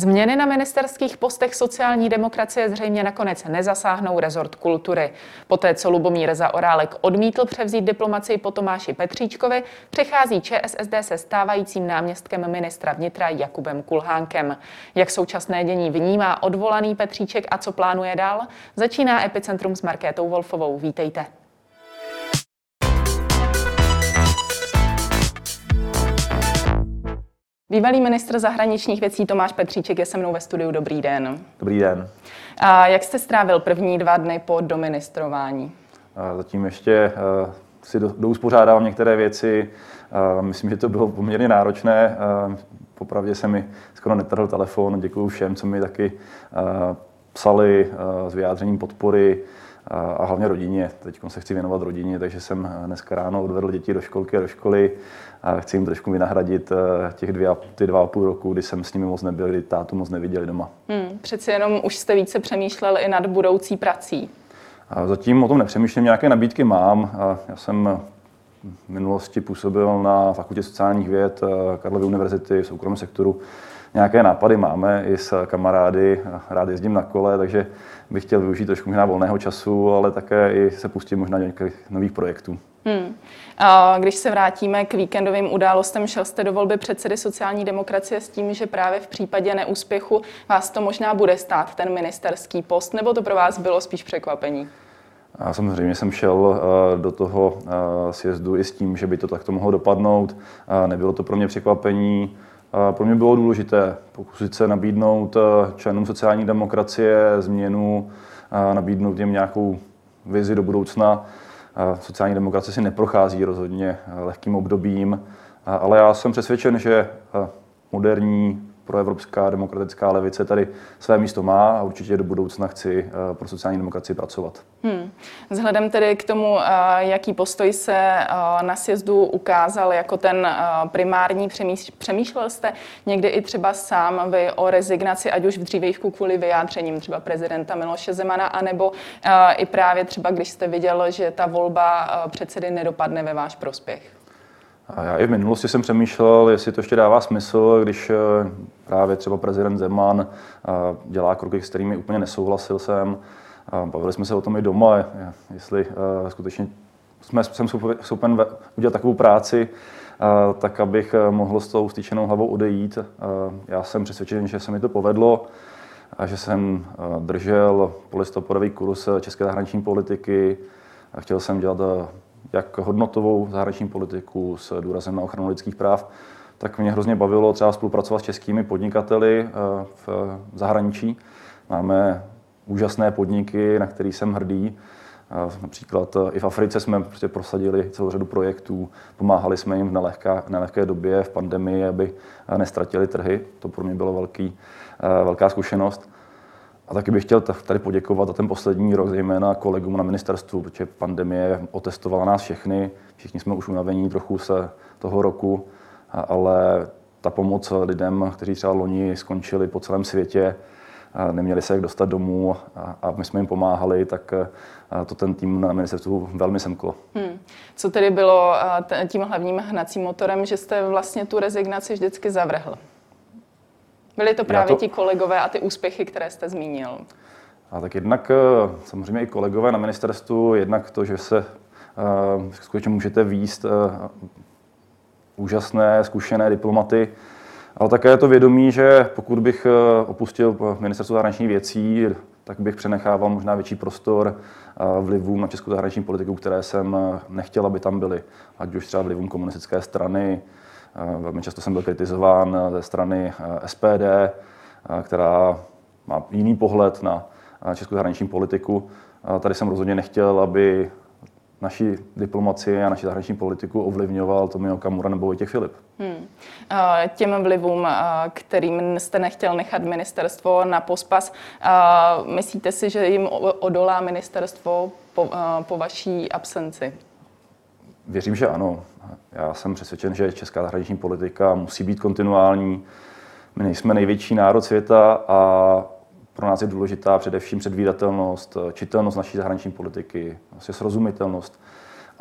Změny na ministerských postech sociální demokracie zřejmě nakonec nezasáhnou rezort kultury. Poté, co Lubomír Zaorálek odmítl převzít diplomacii po Tomáši Petříčkovi, přechází ČSSD se stávajícím náměstkem ministra vnitra Jakubem Kulhánkem. Jak současné dění vnímá odvolaný Petříček a co plánuje dál? Začíná Epicentrum s Markétou Wolfovou. Vítejte. Bývalý ministr zahraničních věcí Tomáš Petříček je se mnou ve studiu. Dobrý den. Dobrý den. A jak jste strávil první 2 dny po doministrování? Zatím ještě si douspořádám některé věci. Myslím, že to bylo poměrně náročné. Popravdě se mi skoro netrhl telefon. Děkuju všem, co mi taky psali s vyjádřením podpory a hlavně rodině. Teď se chci věnovat rodině, takže jsem dneska ráno odvedl děti do školky a do školy a chci jim trošku vynahradit ty 2,5 roku, kdy jsem s nimi moc nebyl, kdy tátu moc neviděli doma. Přeci jenom už jste více přemýšlel i nad budoucí prací. Zatím o tom nepřemýšlím, nějaké nabídky mám. Já jsem v minulosti působil na Fakultě sociálních věd Karlovy univerzity v soukromém sektoru. Nějaké nápady máme i s kamarády, rád jezdím na kole, takže bych chtěl využít trošku možná volného času, ale také i se pustit možná do nějakých nových projektů. Když se vrátíme k víkendovým událostem, šel jste do volby předsedy sociální demokracie s tím, že právě v případě neúspěchu vás to možná bude stát ten ministerský post, nebo to pro vás bylo spíš překvapení? Já samozřejmě jsem šel do toho sjezdu i s tím, že by to takto mohlo dopadnout. Nebylo to pro mě překvapení. Pro mě bylo důležité pokusit se nabídnout členům sociální demokracie změnu, nabídnout jim nějakou vizi do budoucna. Sociální demokracie si neprochází rozhodně lehkým obdobím, ale já jsem přesvědčen, že moderní proevropská demokratická levice tady své místo má a určitě do budoucna chci pro sociální demokracii pracovat. Vzhledem tedy k tomu, jaký postoj se na sjezdu ukázal jako ten primární, přemýšlel jste někdy i třeba sám vy o rezignaci, ať už v dřívějšku kvůli vyjádřením třeba prezidenta Miloše Zemana, anebo i právě třeba, když jste viděl, že ta volba předsedy nedopadne ve váš prospěch? A já i v minulosti jsem přemýšlel, jestli to ještě dává smysl, když právě třeba prezident Zeman dělá kroky, s kterými úplně nesouhlasil jsem. Bavili jsme se o tom i doma, jestli skutečně jsem schopen udělat takovou práci, tak abych mohl s tou styčenou hlavou odejít. Já jsem přesvědčen, že se mi to povedlo a že jsem držel polistopadový kurz české zahraniční politiky a chtěl jsem dělat jak hodnotovou zahraniční politiku s důrazem na ochranu lidských práv, tak mě hrozně bavilo třeba spolupracovat s českými podnikateli v zahraničí. Máme úžasné podniky, na které jsem hrdý. Například i v Africe jsme prostě prosadili celou řadu projektů, pomáhali jsme jim v nelehké době, v pandemii, aby nestratili trhy. To pro mě bylo velká zkušenost. A taky bych chtěl tady poděkovat za ten poslední rok, zejména kolegům na ministerstvu, protože pandemie otestovala nás všechny. Všichni jsme už unavení trochu z toho roku, ale ta pomoc lidem, kteří třeba loni skončili po celém světě, neměli se jak dostat domů a my jsme jim pomáhali, tak to ten tým na ministerstvu velmi semklo. Co tedy bylo tím hlavním hnacím motorem, že jste vlastně tu rezignaci vždycky zavrhl? Byli to právě ti kolegové a ty úspěchy, které jste zmínil? A tak jednak samozřejmě i kolegové na ministerstvu, jednak to, že se skutečně můžete vést úžasné, zkušené diplomaty, ale také je to vědomí, že pokud bych opustil ministerstvo zahraničních věcí, tak bych přenechával možná větší prostor vlivům na českou zahraniční politiku, které jsem nechtěl, aby tam byly. Ať už třeba vlivům komunistické strany. Velmi často jsem byl kritizován ze strany SPD, která má jiný pohled na českou zahraniční politiku. Tady jsem rozhodně nechtěl, aby naši diplomacii a naši zahraniční politiku ovlivňoval Tomio Okamura nebo Vojtěch Filip. Těm vlivům, kterým jste nechtěl nechat ministerstvo na pospas, myslíte si, že jim odolá ministerstvo po vaší absenci? Věřím, že ano. Já jsem přesvědčen, že česká zahraniční politika musí být kontinuální. My nejsme největší národ světa a pro nás je důležitá především předvídatelnost, čitelnost naší zahraniční politiky, vlastně srozumitelnost.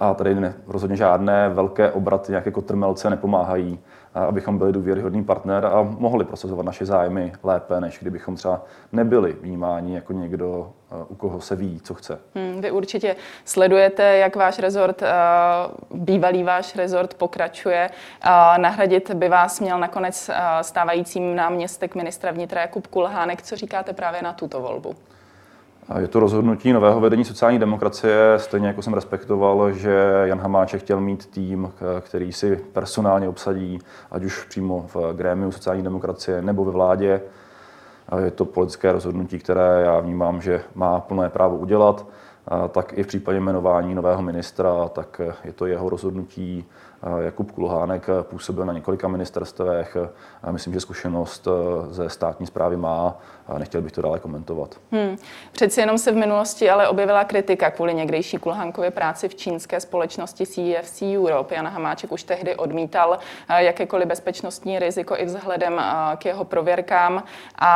A tady rozhodně žádné velké obraty, nějaké kotrmelce nepomáhají, abychom byli důvěryhodný partner a mohli prosazovat naše zájmy lépe, než kdybychom třeba nebyli vnímáni jako někdo, u koho se ví, co chce. Vy určitě sledujete, jak váš rezort, bývalý váš rezort pokračuje. Nahradit by vás měl nakonec stávajícím náměstek ministra vnitra Jakub Kulhánek. Co říkáte právě na tuto volbu? Je to rozhodnutí nového vedení sociální demokracie, stejně jako jsem respektoval, že Jan Hamáček chtěl mít tým, který si personálně obsadí, ať už přímo v grémiu sociální demokracie nebo ve vládě. Je to politické rozhodnutí, které já vnímám, že má plné právo udělat. Tak i v případě jmenování nového ministra, tak je to jeho rozhodnutí. Jakub Kulhánek působil na několika ministerstvech. Myslím, že zkušenost ze státní správy má. Nechtěl bych to dále komentovat. Přeci jenom se v minulosti ale objevila kritika kvůli někdejší Kulhánkově práci v čínské společnosti CFC Europe. Jan Hamáček už tehdy odmítal jakékoliv bezpečnostní riziko i vzhledem k jeho prověrkám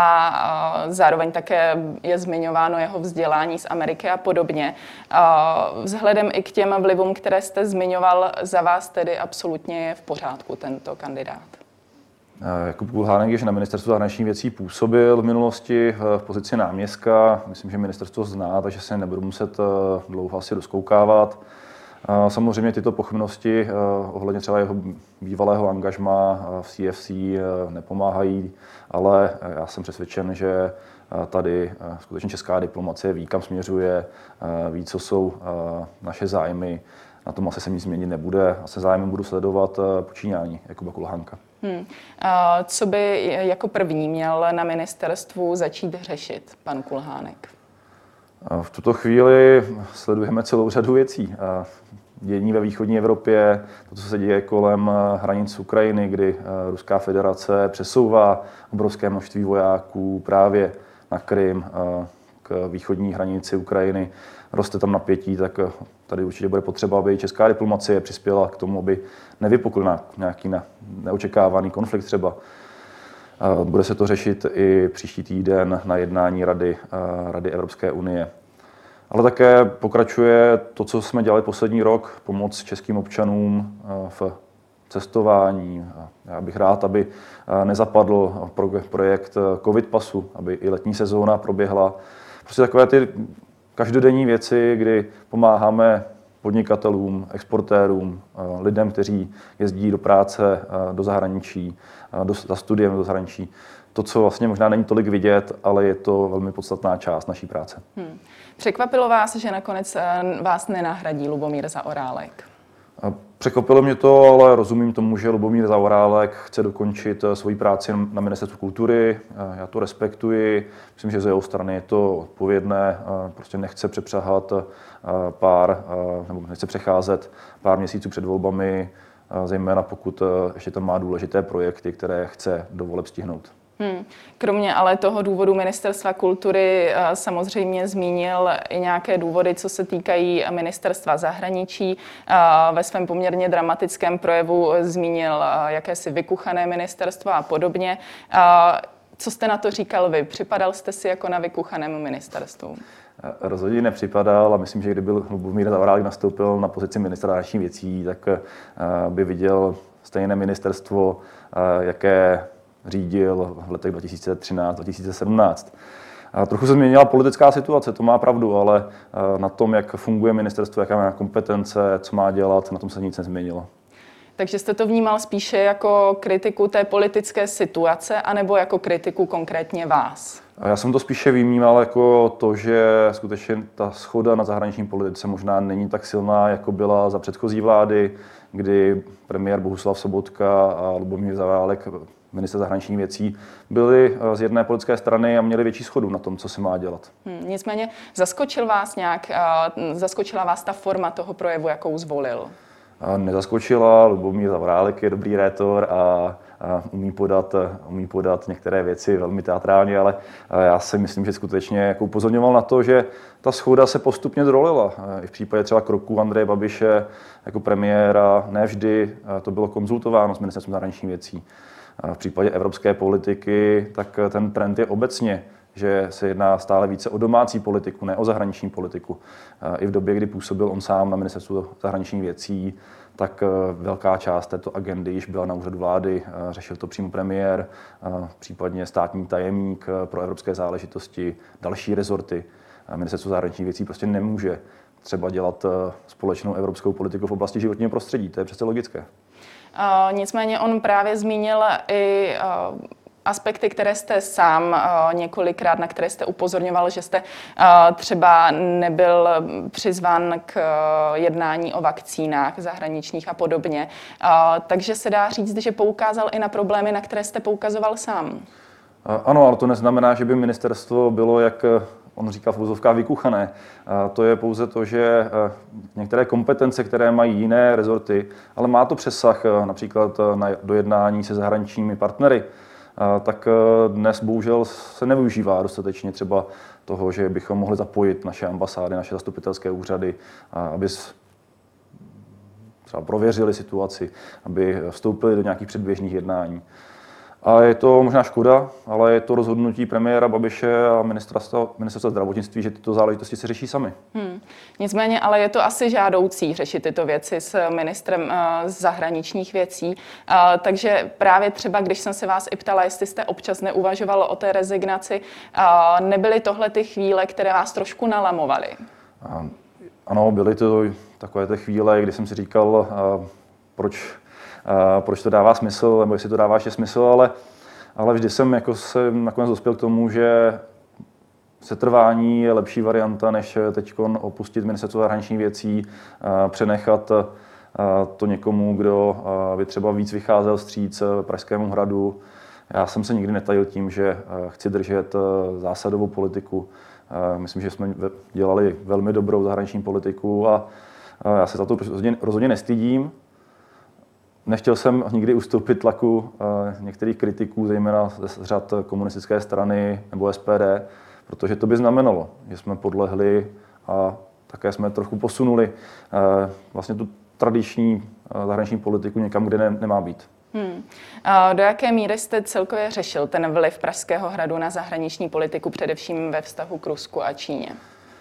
a zároveň také je zmiňováno jeho vzdělání z Ameriky a podobně. Vzhledem i k těm vlivům, které jste zmiňoval, za vás tedy absolutně je v pořádku tento kandidát? Jakub Kulhánek již na ministerstvu zahraničních věcí působil v minulosti v pozici náměstka. Myslím, že ministerstvo zná, takže se nebudu muset dlouho asi rozkoukávat. Samozřejmě tyto pochybnosti ohledně třeba jeho bývalého angažmá v CFC nepomáhají, ale já jsem přesvědčen, že tady skutečně česká diplomacie ví, kam směřuje, ví, co jsou naše zájmy. Na tom asi se nic změnit nebude a se zájmem budu sledovat počínání Jakuba Kulhánka. Co by jako první měl na ministerstvu začít řešit pan Kulhánek? V tuto chvíli sledujeme celou řadu věcí. Dění ve východní Evropě, to, co se děje kolem hranic Ukrajiny, kdy Ruská federace přesouvá obrovské množství vojáků právě na Krym, k východní hranici Ukrajiny. Roste tam napětí, tak tady určitě bude potřeba, aby česká diplomacie přispěla k tomu, aby nevypukl nějaký neočekávaný konflikt třeba. Bude se to řešit i příští týden na jednání Rady Evropské unie. Ale také pokračuje to, co jsme dělali poslední rok, pomoc českým občanům v cestování. Já bych rád, aby nezapadl projekt COVID pasu, aby i letní sezóna proběhla. Prostě takové ty každodenní věci, kdy pomáháme podnikatelům, exportérům, lidem, kteří jezdí do práce, do zahraničí, za studiem do zahraničí. To, co vlastně možná není tolik vidět, ale je to velmi podstatná část naší práce. Překvapilo vás, že nakonec vás nenahradí Lubomír Zaorálek? Překvapilo mě to, ale rozumím tomu, že Lubomír Zaorálek chce dokončit svoji práci na Ministerstvu kultury. Já to respektuji. Myslím, že z jeho strany je to odpovědné. Prostě nechce přepřahat nebo nechce přecházet pár měsíců před volbami, zejména pokud ještě tam má důležité projekty, které chce do voleb stihnout. Kromě ale toho důvodu Ministerstva kultury samozřejmě zmínil i nějaké důvody, co se týkají Ministerstva zahraničí. Ve svém poměrně dramatickém projevu zmínil jakési vykuchané ministerstvo a podobně. Co jste na to říkal vy? Připadal jste si jako na vykuchaném ministerstvu? Rozhodně nepřipadal a myslím, že kdyby Lubomír Zaorálek nastoupil na pozici ministra zahraničních věcí, tak by viděl stejné ministerstvo, jaké řídil v letech 2013-2017. Trochu se změnila politická situace, to má pravdu, ale na tom, jak funguje ministerstvo, jaká má kompetence, co má dělat, na tom se nic nezměnilo. Takže jste to vnímal spíše jako kritiku té politické situace, anebo jako kritiku konkrétně vás? Já jsem to spíše vnímal jako to, že skutečně ta shoda na zahraniční politice možná není tak silná, jako byla za předchozí vlády, kdy premiér Bohuslav Sobotka a Lubomír Zaorálek, ministr zahraničních věcí, byli z jedné politické strany a měli větší shodu na tom, co se má dělat. Nicméně zaskočila vás ta forma toho projevu, jakou zvolil? Nezaskočila, Lubomír Zaorálek je dobrý rétor a umí podat některé věci velmi teatrálně, ale já si myslím, že skutečně jako upozorňoval na to, že ta shoda se postupně zrolila. I v případě třeba kroků Andreje Babiše jako premiéra ne vždy to bylo konzultováno s ministerstvem zahraničních věcí. V případě evropské politiky tak ten trend je obecně, že se jedná stále více o domácí politiku, ne o zahraniční politiku. I v době, kdy působil on sám na ministerstvu zahraničních věcí, tak velká část této agendy již byla na úřadu vlády, řešil to přímo premiér, případně státní tajemník pro evropské záležitosti, další rezorty. Ministerstvo zahraničních věcí prostě nemůže třeba dělat společnou evropskou politiku v oblasti životního prostředí, to je přece logické. Nicméně on právě zmínil i aspekty, které jste sám několikrát, na které jste upozorňoval, že jste třeba nebyl přizván k jednání o vakcínách zahraničních a podobně. Takže se dá říct, že poukázal i na problémy, na které jste poukazoval sám. Ano, ale to neznamená, že by ministerstvo bylo, jak on říká v uvozovkách, vykuchané. To je pouze to, že některé kompetence, které mají jiné rezorty, ale má to přesah například na dojednání se zahraničními partnery, tak dnes bohužel se nevyužívá dostatečně třeba toho, že bychom mohli zapojit naše ambasády, naše zastupitelské úřady, aby třeba prověřili situaci, aby vstoupili do nějakých předběžných jednání. A je to možná škoda, ale je to rozhodnutí premiéra Babiše a ministerstva zdravotnictví, že tyto záležitosti se řeší sami. Nicméně, ale je to asi žádoucí řešit tyto věci s ministrem zahraničních věcí. Takže právě třeba, když jsem se vás i ptala, jestli jste občas neuvažoval o té rezignaci, nebyly tohle ty chvíle, které vás trošku nalamovaly? Ano, byly to takové ty chvíle, kdy jsem si říkal, proč to dává smysl, nebo jestli to dává ještě smysl, ale vždy jsem se nakonec dospěl k tomu, že setrvání je lepší varianta, než teď opustit ministerstvo zahraničních věcí, přenechat to někomu, kdo by třeba víc vycházel vstříc Pražskému hradu. Já jsem se nikdy netajil tím, že chci držet zásadovou politiku. Myslím, že jsme dělali velmi dobrou zahraniční politiku a já se za to rozhodně nestydím. Nechtěl jsem nikdy ustoupit tlaku některých kritiků, zejména z řad komunistické strany nebo SPD, protože to by znamenalo, že jsme podlehli a také jsme trochu posunuli vlastně tu tradiční zahraniční politiku někam, kde nemá být. Do jaké míry jste celkově řešil ten vliv Pražského hradu na zahraniční politiku, především ve vztahu k Rusku a Číně?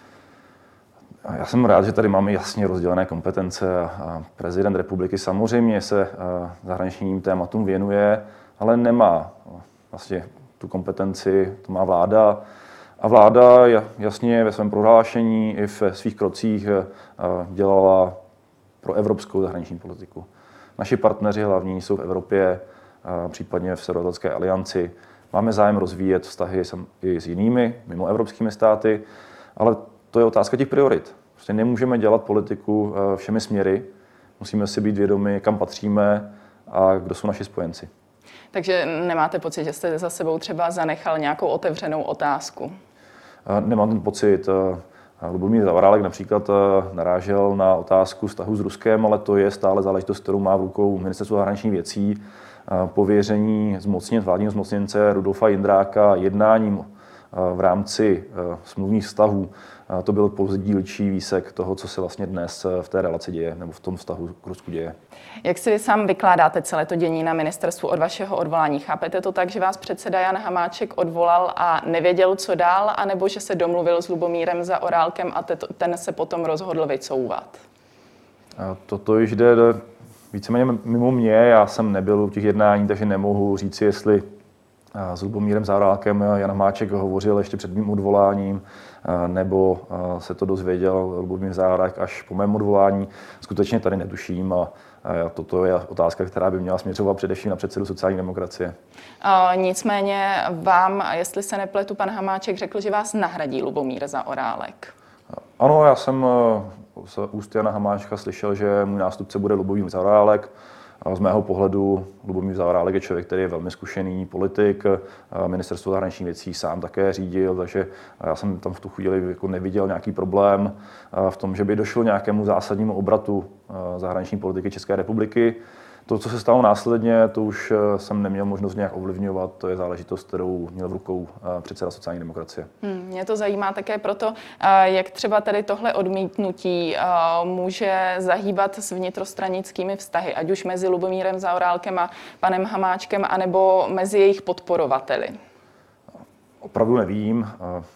Já jsem rád, že tady máme jasně rozdělené kompetence a prezident republiky samozřejmě se zahraničním tématům věnuje, ale nemá vlastně tu kompetenci, to má vláda. A vláda jasně ve svém prohlášení i v svých krocích dělala pro evropskou zahraniční politiku. Naši partneři hlavní jsou v Evropě, případně v Severoatlantické alianci. Máme zájem rozvíjet vztahy i s jinými mimoevropskými státy, ale to je otázka těch priorit. Prostě nemůžeme dělat politiku všemi směry. Musíme si být vědomi, kam patříme a kdo jsou naši spojenci. Takže nemáte pocit, že jste za sebou třeba zanechal nějakou otevřenou otázku? Nemám ten pocit. Lubomír Zaorálek například narážel na otázku vztahu s Ruskem, ale to je stále záležitost, kterou má v rukou ministerstvo zahraničních věcí. Pověření vládního zmocněnce Rudolfa Jindráka jednáním v rámci smluvních vztahů. To byl pouze dílčí výsek toho, co se vlastně dnes v té relaci děje, nebo v tom vztahu k Rusku děje. Jak si vy sám vykládáte celé to dění na ministerstvu od vašeho odvolání? Chápete to tak, že vás předseda Jan Hamáček odvolal a nevěděl, co dál, anebo že se domluvil s Lubomírem Zaorálkem a ten se potom rozhodl vycouvat? Toto již jde víceméně mimo mě. Já jsem nebyl u těch jednání, takže nemohu říci, jestli s Lubomírem Zaorálkem Jan Hamáček hovořil ještě před mým odvoláním, nebo se to dozvěděl Lubomír Zaorálek až po mém odvolání. Skutečně tady netuším a toto je otázka, která by měla směřovat především na předsedu sociální demokracie. Nicméně vám, jestli se nepletu, pan Hamáček řekl, že vás nahradí Lubomír Zaorálek. Ano, já jsem z úst Jana Hamáčka slyšel, že můj nástupce bude Lubomír Zaorálek. Z mého pohledu Lubomír Zaorálek je člověk, který je velmi zkušený politik, ministerstvo zahraničních věcí sám také řídil, takže já jsem tam v tu chvíli jako neviděl nějaký problém v tom, že by došlo nějakému zásadnímu obratu zahraniční politiky České republiky. To, co se stalo následně, to už jsem neměl možnost nějak ovlivňovat, to je záležitost, kterou měl v rukou předseda sociální demokracie. Mě to zajímá také proto, jak třeba tady tohle odmítnutí může zahýbat s vnitrostranickými vztahy, ať už mezi Lubomírem Zaorálkem a panem Hamáčkem, anebo mezi jejich podporovateli. opravdu nevím.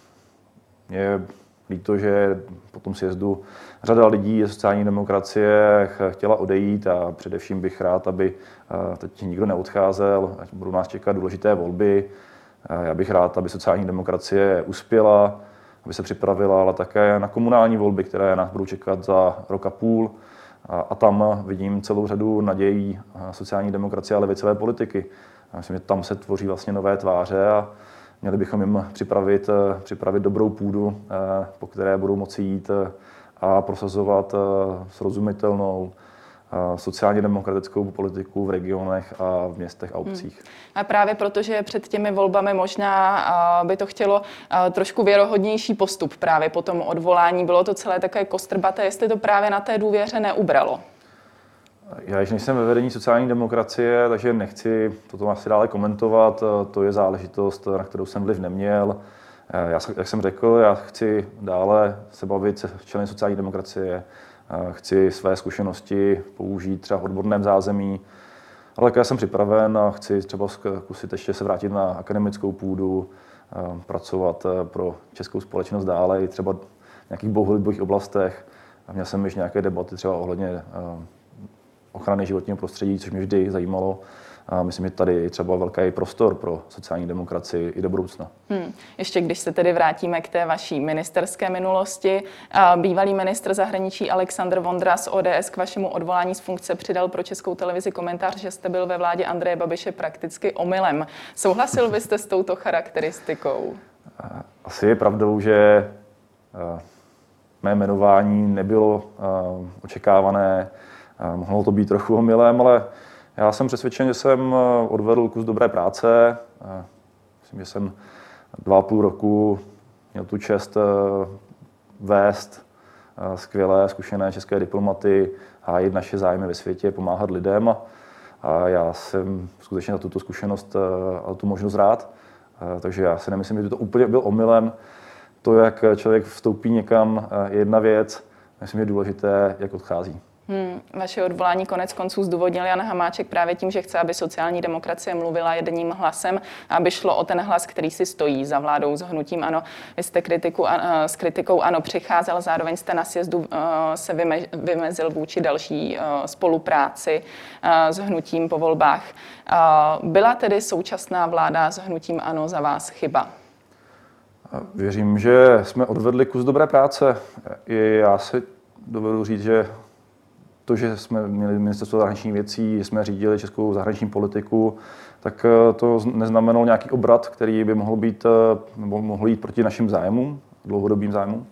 Je líto, že po tom sjezdu řada lidí ze sociální demokracie chtěla odejít a především bych rád, aby teď nikdo neodcházel, ať budou nás čekat důležité volby. Já bych rád, aby sociální demokracie uspěla, aby se připravila, ale také na komunální volby, které nás budou čekat za rok a půl. A tam vidím celou řadu nadějí sociální demokracie a levicové politiky. Myslím, že tam se tvoří vlastně nové tváře a měli bychom jim připravit dobrou půdu, po které budou moci jít a prosazovat srozumitelnou sociálně demokratickou politiku v regionech a v městech a obcích. A právě protože před těmi volbami možná by to chtělo trošku věrohodnější postup právě po tom odvolání. Bylo to celé takové kostrbaté, jestli to právě na té důvěře neubralo. Já již nejsem ve vedení sociální demokracie, takže nechci toto asi dále komentovat. To je záležitost, na kterou jsem vliv neměl. Jak jsem řekl, já chci dále se bavit se členy sociální demokracie, chci své zkušenosti použít třeba v odborném zázemí, ale já jsem připraven a chci třeba zkusit ještě se vrátit na akademickou půdu, pracovat pro českou společnost dále i třeba v nějakých bohulibých oblastech. Měl jsem již nějaké debaty třeba ohledně ochrany životního prostředí, což mě vždy zajímalo. A myslím, že tady je třeba velký prostor pro sociální demokracii i do budoucna. Ještě když se tedy vrátíme k té vaší ministerské minulosti, bývalý ministr zahraničí Alexandr Vondra z ODS k vašemu odvolání z funkce přidal pro Českou televizi komentář, že jste byl ve vládě Andreje Babiše prakticky omylem. Souhlasil byste s touto charakteristikou? Asi je pravdou, že mé jmenování nebylo očekávané. Mohlo to být trochu omylem, ale já jsem přesvědčen, že jsem odvedl kus dobré práce. Myslím, že jsem 2,5 roku měl tu čest vést skvělé, zkušené české diplomaty, hájit naše zájmy ve světě, pomáhat lidem. A já jsem skutečně na tuto zkušenost a tu možnost rád. Takže já si nemyslím, že to úplně byl omylem. To, jak člověk vstoupí někam, je jedna věc. Myslím, že je důležité, jak odchází. Vaše odvolání konec konců zdůvodnil Jan Hamáček právě tím, že chce, aby sociální demokracie mluvila jedním hlasem a aby šlo o ten hlas, který si stojí za vládou s hnutím ANO. Vy jste s kritikou ANO přicházel, zároveň jste na sjezdu se vymezil vůči další spolupráci s hnutím po volbách. Byla tedy současná vláda s hnutím ANO za vás chyba? Věřím, že jsme odvedli kus dobré práce. I já si dovedu říct, že to, že jsme měli ministerstvo zahraničních věcí, že jsme řídili českou zahraniční politiku, tak to neznamenalo nějaký obrat, který by mohl jít proti našim zájmům, dlouhodobým zájmům.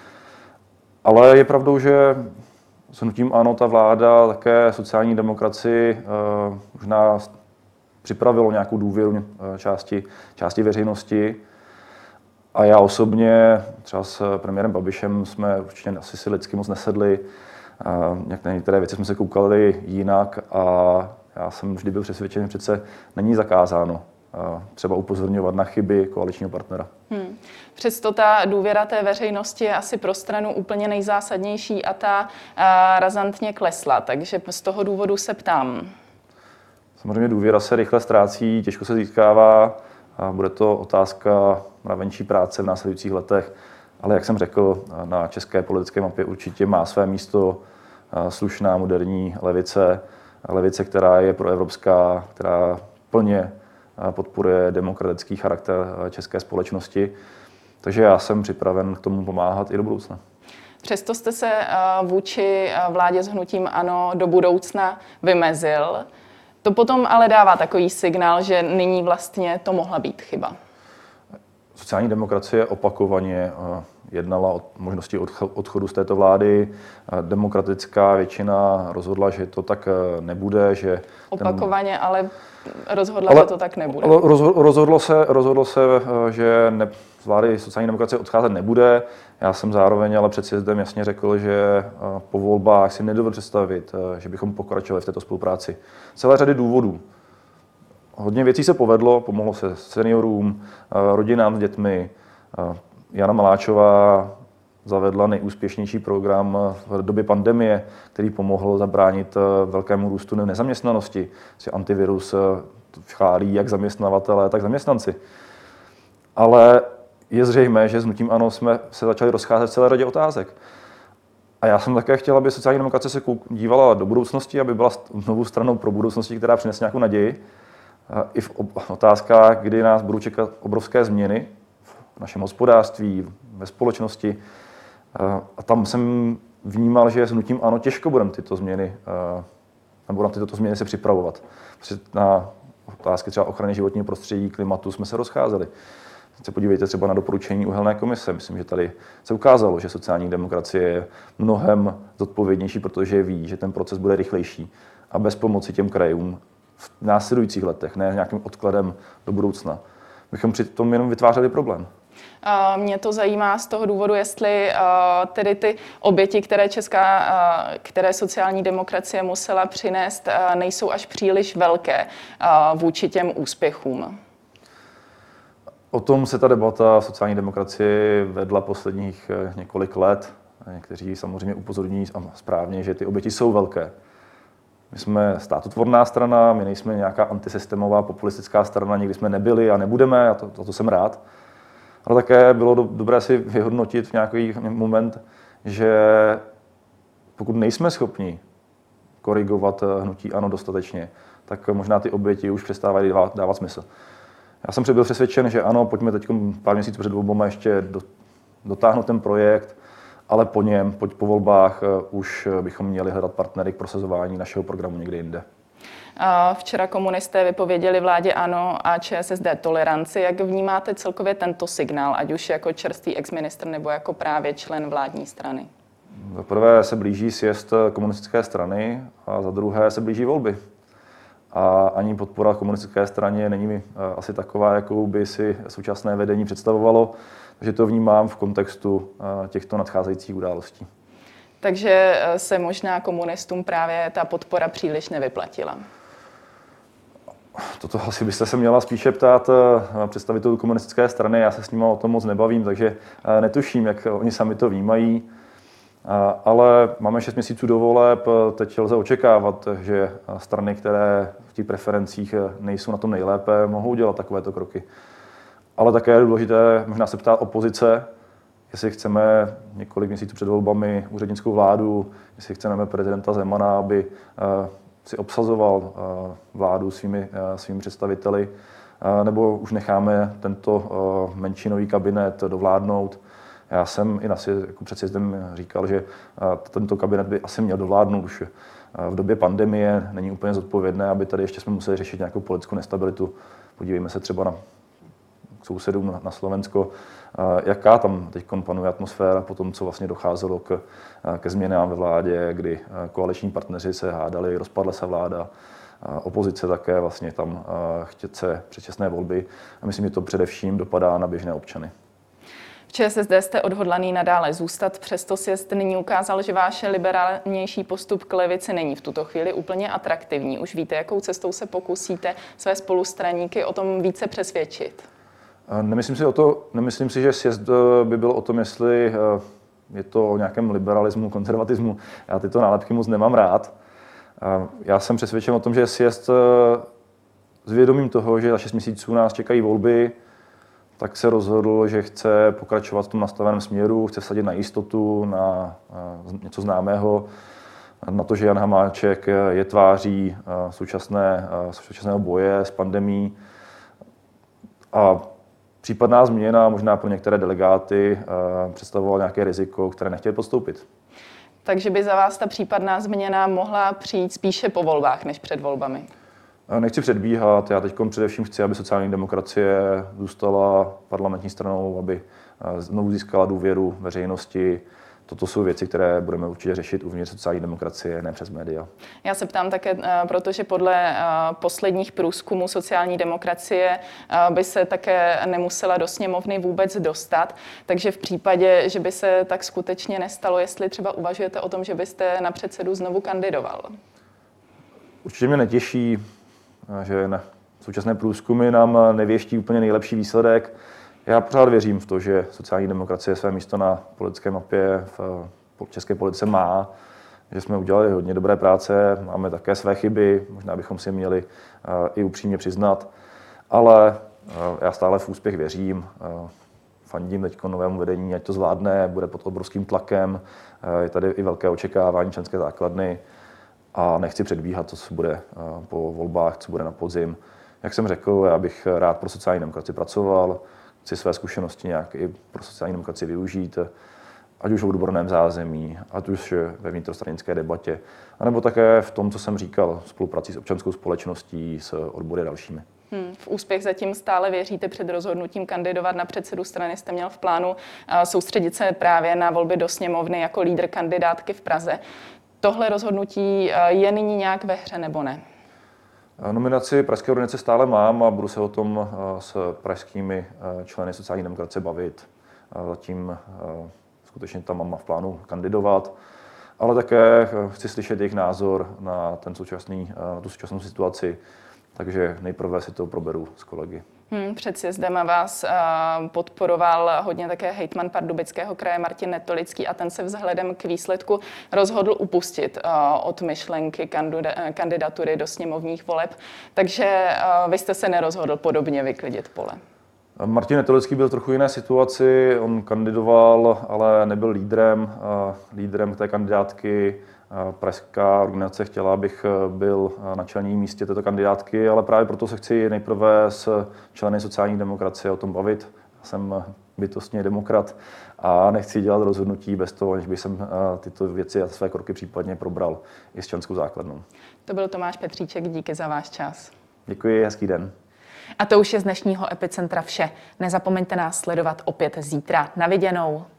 Ale je pravdou, že s hnutím ANO ta vláda také sociální demokracii možná připravilo nějakou důvěru části veřejnosti. A já osobně, třeba s premiérem Babišem, jsme určitě asi si lidsky moc nesedli. Některé věci jsme se koukali jinak a já jsem vždy byl přesvědčen, že přece není zakázáno třeba upozorňovat na chyby koaličního partnera. Přesto ta důvěra té veřejnosti je asi pro stranu úplně nejzásadnější a ta razantně klesla, takže z toho důvodu se ptám. Samozřejmě důvěra se rychle ztrácí, těžko se získává a bude to otázka mravenčí práce v následujících letech. Ale jak jsem řekl, na české politické mapě určitě má své místo slušná, moderní levice, která je proevropská, která plně podporuje demokratický charakter české společnosti. Takže já jsem připraven k tomu pomáhat i do budoucna. Přesto jste se vůči vládě s hnutím ANO do budoucna vymezil. To potom ale dává takový signál, že nyní vlastně to mohla být chyba. Sociální demokracie opakovaně jednala o možnosti odchodu z této vlády. Demokratická většina rozhodla, že to tak nebude. Že opakovaně, ale rozhodla, že to tak nebude. Rozhodlo se, že z vlády sociální demokracie odcházet nebude. Já jsem zároveň ale před sjezdem jasně řekl, že po volbách si nedovedu představit, že bychom pokračovali v této spolupráci. Celé řady důvodů. Hodně věcí se povedlo, pomohlo se seniorům, rodinám s dětmi. Jana Maláčová zavedla nejúspěšnější program v době pandemie, který pomohl zabránit velkému růstu nezaměstnanosti. Antivirus chálí jak zaměstnavatele, tak zaměstnanci. Ale je zřejmé, že s hnutím ANO jsme se začali rozcházet v celé řadě otázek. A já jsem také chtěl, aby sociální demokracie se dívala do budoucnosti, aby byla znovu stranou pro budoucnosti, která přinese nějakou naději. I v otázkách, kdy nás budou čekat obrovské změny v našem hospodářství, ve společnosti. A tam jsem vnímal, že s hnutím ANO těžko budeme tyto změny, nebo na tyto změny se připravovat. Prostě na otázky třeba ochrany životního prostředí, klimatu jsme se rozcházeli. Teď se podívejte třeba na doporučení uhelné komise. Myslím, že tady se ukázalo, že sociální demokracie je mnohem zodpovědnější, protože ví, že ten proces bude rychlejší a bez pomoci těm krajům v následujících letech, ne nějakým odkladem do budoucna, bychom přitom jenom vytvářeli problém. Mě to zajímá z toho důvodu, jestli tedy ty oběti, které sociální demokracie musela přinést, nejsou až příliš velké vůči těm úspěchům. O tom se ta debata v sociální demokracii vedla posledních několik let. Někteří samozřejmě upozorní a správně, že ty oběti jsou velké. My jsme státotvorná strana, my nejsme nějaká antisystémová populistická strana, nikdy jsme nebyli a nebudeme, a to jsem rád. Ale také bylo dobré si vyhodnotit v nějaký moment, že pokud nejsme schopni korigovat hnutí ANO dostatečně, tak možná ty oběti už přestávají dávat smysl. Já jsem byl přesvědčen, že ano, pojďme teď pár měsíců před volbami ještě dotáhnout ten projekt, ale po volbách už bychom měli hledat partnery k prosazování našeho programu někde jinde. Včera komunisté vypověděli vládě ANO a ČSSD toleranci. Jak vnímáte celkově tento signál, ať už jako čerstvý exministr nebo jako právě člen vládní strany? Za prvé se blíží sjezd komunistické strany a za druhé se blíží volby. A ani podpora komunistické straně není mi asi taková, jakou by si současné vedení představovalo. Takže to vnímám v kontextu těchto nadcházejících událostí. Takže se možná komunistům právě ta podpora příliš nevyplatila. Toto asi byste se měla spíše ptát představitelů komunistické strany. Já se s nimi o tom moc nebavím, takže netuším, jak oni sami to vnímají. Ale máme 6 měsíců do voleb, teď lze očekávat, že strany, které v těch preferencích nejsou na tom nejlépe, mohou dělat takovéto kroky. Ale také je důležité možná se ptát opozice, jestli chceme několik měsíců před volbami úřednickou vládu, jestli chceme prezidenta Zemana, aby si obsazoval vládu svými představiteli, nebo už necháme tento menšinový kabinet dovládnout. Já jsem i jako před sjezdem říkal, že tento kabinet by asi měl dovládnout už v době pandemie. Není úplně zodpovědné, aby tady ještě jsme museli řešit nějakou politickou nestabilitu. Podívejme se třeba k sousedům na Slovensko, jaká tam teď panuje atmosféra po tom, co vlastně docházelo ke změnám ve vládě, kdy koaliční partneři se hádali, rozpadla se vláda, opozice také vlastně tam chce předčasné volby. A myslím, že to především dopadá na běžné občany. V ČSSD jste odhodlaný nadále zůstat, přesto sjezd nyní ukázal, že váš liberálnější postup k levici není v tuto chvíli úplně atraktivní. Už víte, jakou cestou se pokusíte své spolustraníky o tom více přesvědčit? Nemyslím si, že sjezd by byl o tom, jestli je to o nějakém liberalismu, konzervatismu. Já tyto nálepky moc nemám rád. Já jsem přesvědčen o tom, že sjezd s vědomím toho, že za 6 měsíců nás čekají volby, tak se rozhodl, že chce pokračovat v tom nastaveném směru, chce vsadit na jistotu, na něco známého, na to, že Jan Hamáček je tváří současného boje s pandemií. A případná změna možná pro některé delegáty představovala nějaké riziko, které nechtěli podstoupit. Takže by za vás ta případná změna mohla přijít spíše po volbách než před volbami? Nechci předbíhat, já teď především chci, aby sociální demokracie zůstala parlamentní stranou, aby znovu získala důvěru veřejnosti. Toto jsou věci, které budeme určitě řešit uvnitř sociální demokracie, ne přes média. Já se ptám také, protože podle posledních průzkumů sociální demokracie by se také nemusela do sněmovny vůbec dostat. Takže v případě, že by se tak skutečně nestalo, jestli třeba uvažujete o tom, že byste na předsedu znovu kandidoval? Určitě mě netěší, že současné průzkumy nám nevěští úplně nejlepší výsledek. Já pořád věřím v to, že sociální demokracie své místo na politické mapě v české politice má, že jsme udělali hodně dobré práce, máme také své chyby, možná bychom si je měli i upřímně přiznat, ale Já stále v úspěch věřím. Fandím teď novému vedení, ať to zvládne, bude pod obrovským tlakem. Je tady i velké očekávání členské základny a nechci předbíhat, co bude po volbách, co bude na podzim. Jak jsem řekl, já bych rád pro sociální demokracii pracoval, chci své zkušenosti nějak i pro sociální demokracii využít, ať už v odborném zázemí, ať už ve vnitrostranické debatě, anebo také v tom, co jsem říkal, spoluprací s občanskou společností, s odbory dalšími. V úspěch zatím stále věříte. Před rozhodnutím kandidovat na předsedu strany jste měl v plánu soustředit se právě na volby do sněmovny jako lídr kandidátky v Praze. Tohle rozhodnutí je nyní nějak ve hře nebo ne? Nominaci pražské organizace stále mám a budu se o tom s pražskými členy sociální demokracie bavit. Zatím skutečně tam mám v plánu kandidovat, ale také chci slyšet jejich názor na tu současnou situaci, takže nejprve si to proberu s kolegy. Před sjezdem vás podporoval hodně také hejtman Pardubického kraje Martin Netolický a ten se vzhledem k výsledku rozhodl upustit od myšlenky kandidatury do sněmovních voleb, takže vy jste se nerozhodl podobně vyklidit pole. Martin Netolický byl v trochu jiné situaci, on kandidoval, ale nebyl lídrem té kandidátky. Pražská organizace chtěla, abych byl na čelním místě této kandidátky, ale právě proto se chci nejprve s členy sociální demokracie o tom bavit. Jsem bytostně demokrat a nechci dělat rozhodnutí bez toho, aniž bych jsem tyto věci a své kroky případně probral i s členskou základnou. To byl Tomáš Petříček, díky za váš čas. Děkuji, hezký den. A to už je z dnešního Epicentra vše. Nezapomeňte nás sledovat opět zítra. Na viděnou.